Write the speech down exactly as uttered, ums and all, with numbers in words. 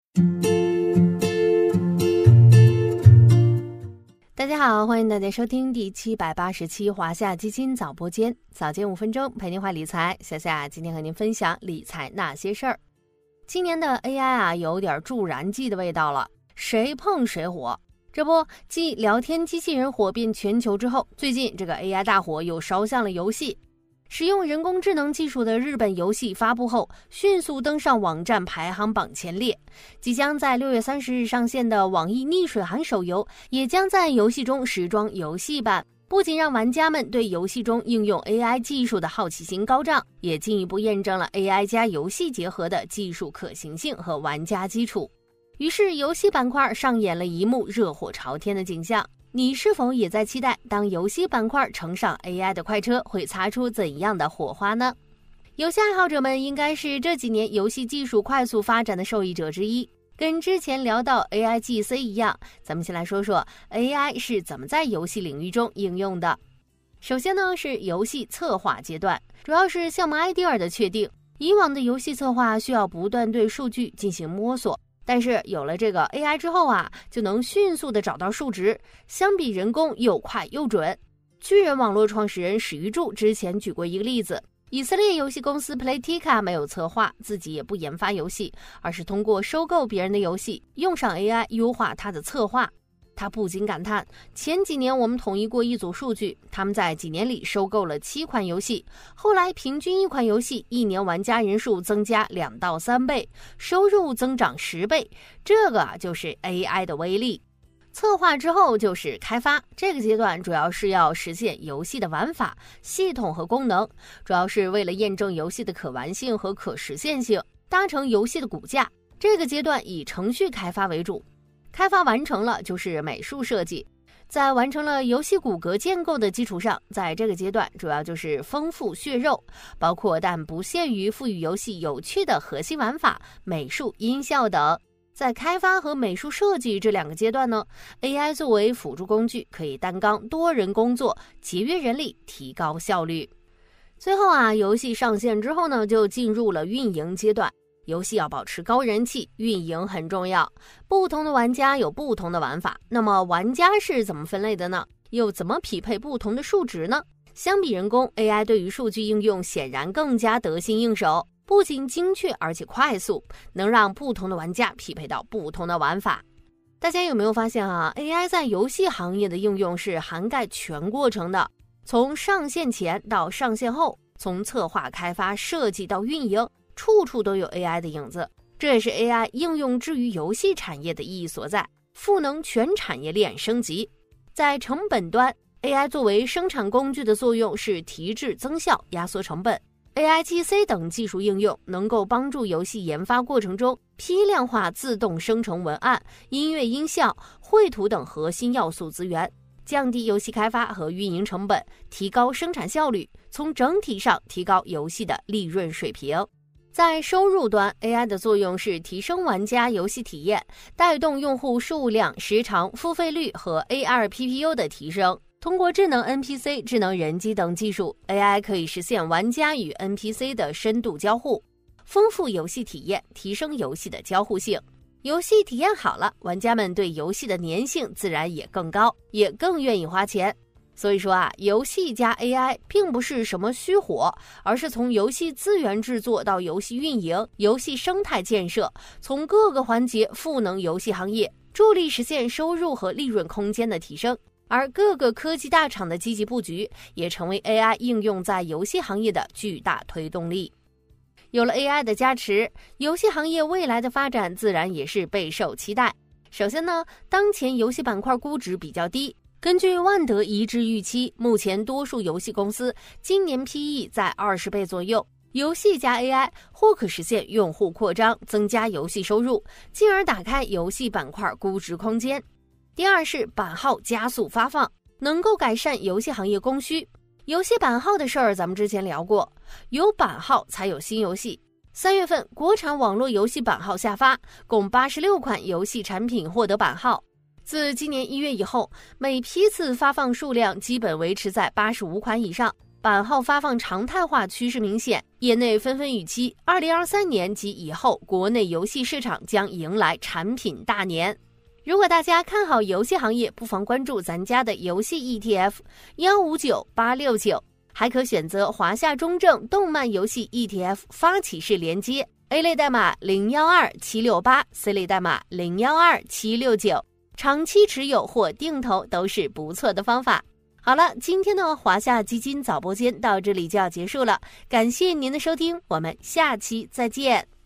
大家好，欢迎大家收听第七百八十期华夏基金早播间，早间五分钟陪您话理财。夏夏今天和您分享理财那些事儿。今年的 A I 啊，有点助燃剂的味道了，谁碰谁火。这不，继聊天机器人火遍全球之后，最近这个 A I 大火又烧向了游戏。使用人工智能技术的日本游戏发布后，迅速登上网站排行榜前列。即将在六月三十日上线的网易逆水寒手游，也将在游戏中时装游戏版，不仅让玩家们对游戏中应用 A I 技术的好奇心高涨，也进一步验证了 A I 加游戏结合的技术可行性和玩家基础。于是，游戏板块上演了一幕热火朝天的景象。你是否也在期待，当游戏板块乘上 A I 的快车，会擦出怎样的火花呢？游戏爱好者们应该是这几年游戏技术快速发展的受益者之一。跟之前聊到 A I G C 一样，咱们先来说说 A I 是怎么在游戏领域中应用的。首先呢，是游戏策划阶段，主要是项目 idea 的确定。以往的游戏策划需要不断对数据进行摸索，但是有了这个 A I 之后啊，就能迅速的找到数值，相比人工又快又准。巨人网络创始人史玉柱之前举过一个例子，以色列游戏公司 Playtika 没有策划，自己也不研发游戏，而是通过收购别人的游戏，用上 A I 优化它的策划。他不禁感叹，前几年我们统一过一组数据，他们在几年里收购了七款游戏，后来平均一款游戏一年玩家人数增加两到三倍，收入增长十倍，这个就是 A I 的威力。策划之后就是开发，这个阶段主要是要实现游戏的玩法、系统和功能，主要是为了验证游戏的可玩性和可实现性，搭成游戏的骨架。这个阶段以程序开发为主。开发完成了就是美术设计，在完成了游戏骨骼建构的基础上，在这个阶段主要就是丰富血肉，包括但不限于赋予游戏有趣的核心玩法、美术、音效等。在开发和美术设计这两个阶段呢， A I 作为辅助工具，可以担纲多人工作，节约人力，提高效率。最后啊，游戏上线之后呢，就进入了运营阶段。游戏要保持高人气，运营很重要。不同的玩家有不同的玩法，那么玩家是怎么分类的呢？又怎么匹配不同的数值呢？相比人工 ，A I 对于数据应用显然更加得心应手，不仅精确而且快速，能让不同的玩家匹配到不同的玩法。大家有没有发现啊 ？A I 在游戏行业的应用是涵盖全过程的，从上线前到上线后，从策划、开发、设计到运营。处处都有 A I 的影子，这也是 A I 应用至于游戏产业的意义所在，赋能全产业链升级。在成本端 ，A I 作为生产工具的作用是提质增效、压缩成本。A I G C 等技术应用能够帮助游戏研发过程中批量化自动生成文案、音乐、音效、绘图等核心要素资源，降低游戏开发和运营成本，提高生产效率，从整体上提高游戏的利润水平。在收入端 ，A I 的作用是提升玩家游戏体验，带动用户数量、时长、付费率和 A R P P U 的提升。通过智能 N P C、智能人机等技术 ，A I 可以实现玩家与 N P C 的深度交互，丰富游戏体验，提升游戏的交互性。游戏体验好了，玩家们对游戏的粘性自然也更高，也更愿意花钱。所以说啊，游戏加 A I 并不是什么虚火，而是从游戏资源制作到游戏运营、游戏生态建设，从各个环节赋能游戏行业，助力实现收入和利润空间的提升。而各个科技大厂的积极布局，也成为 A I 应用在游戏行业的巨大推动力。有了 A I 的加持，游戏行业未来的发展自然也是备受期待。首先呢，当前游戏板块估值比较低。根据万德一致预期，目前多数游戏公司今年 P E 在二十倍左右，游戏加 A I 或可实现用户扩张，增加游戏收入，进而打开游戏板块估值空间。第二是版号加速发放，能够改善游戏行业供需。游戏版号的事儿咱们之前聊过，有版号才有新游戏。三月份国产网络游戏版号下发，共八十六款游戏产品获得版号。自今年一月以后，每批次发放数量基本维持在八十五款以上， 版号发放常态化趋势明显，业内纷纷预期二零二三年及以后国内游戏市场将迎来产品大年。如果大家看好游戏行业，不妨关注咱家的游戏 E T F 一五九八六九，还可选择华夏中证动漫游戏 E T F 发起式连接 A 类代码零一二七六八 C 类代码零一二七六九，长期持有或定投都是不错的方法。好了，今天的华夏基金早播间到这里就要结束了，感谢您的收听，我们下期再见。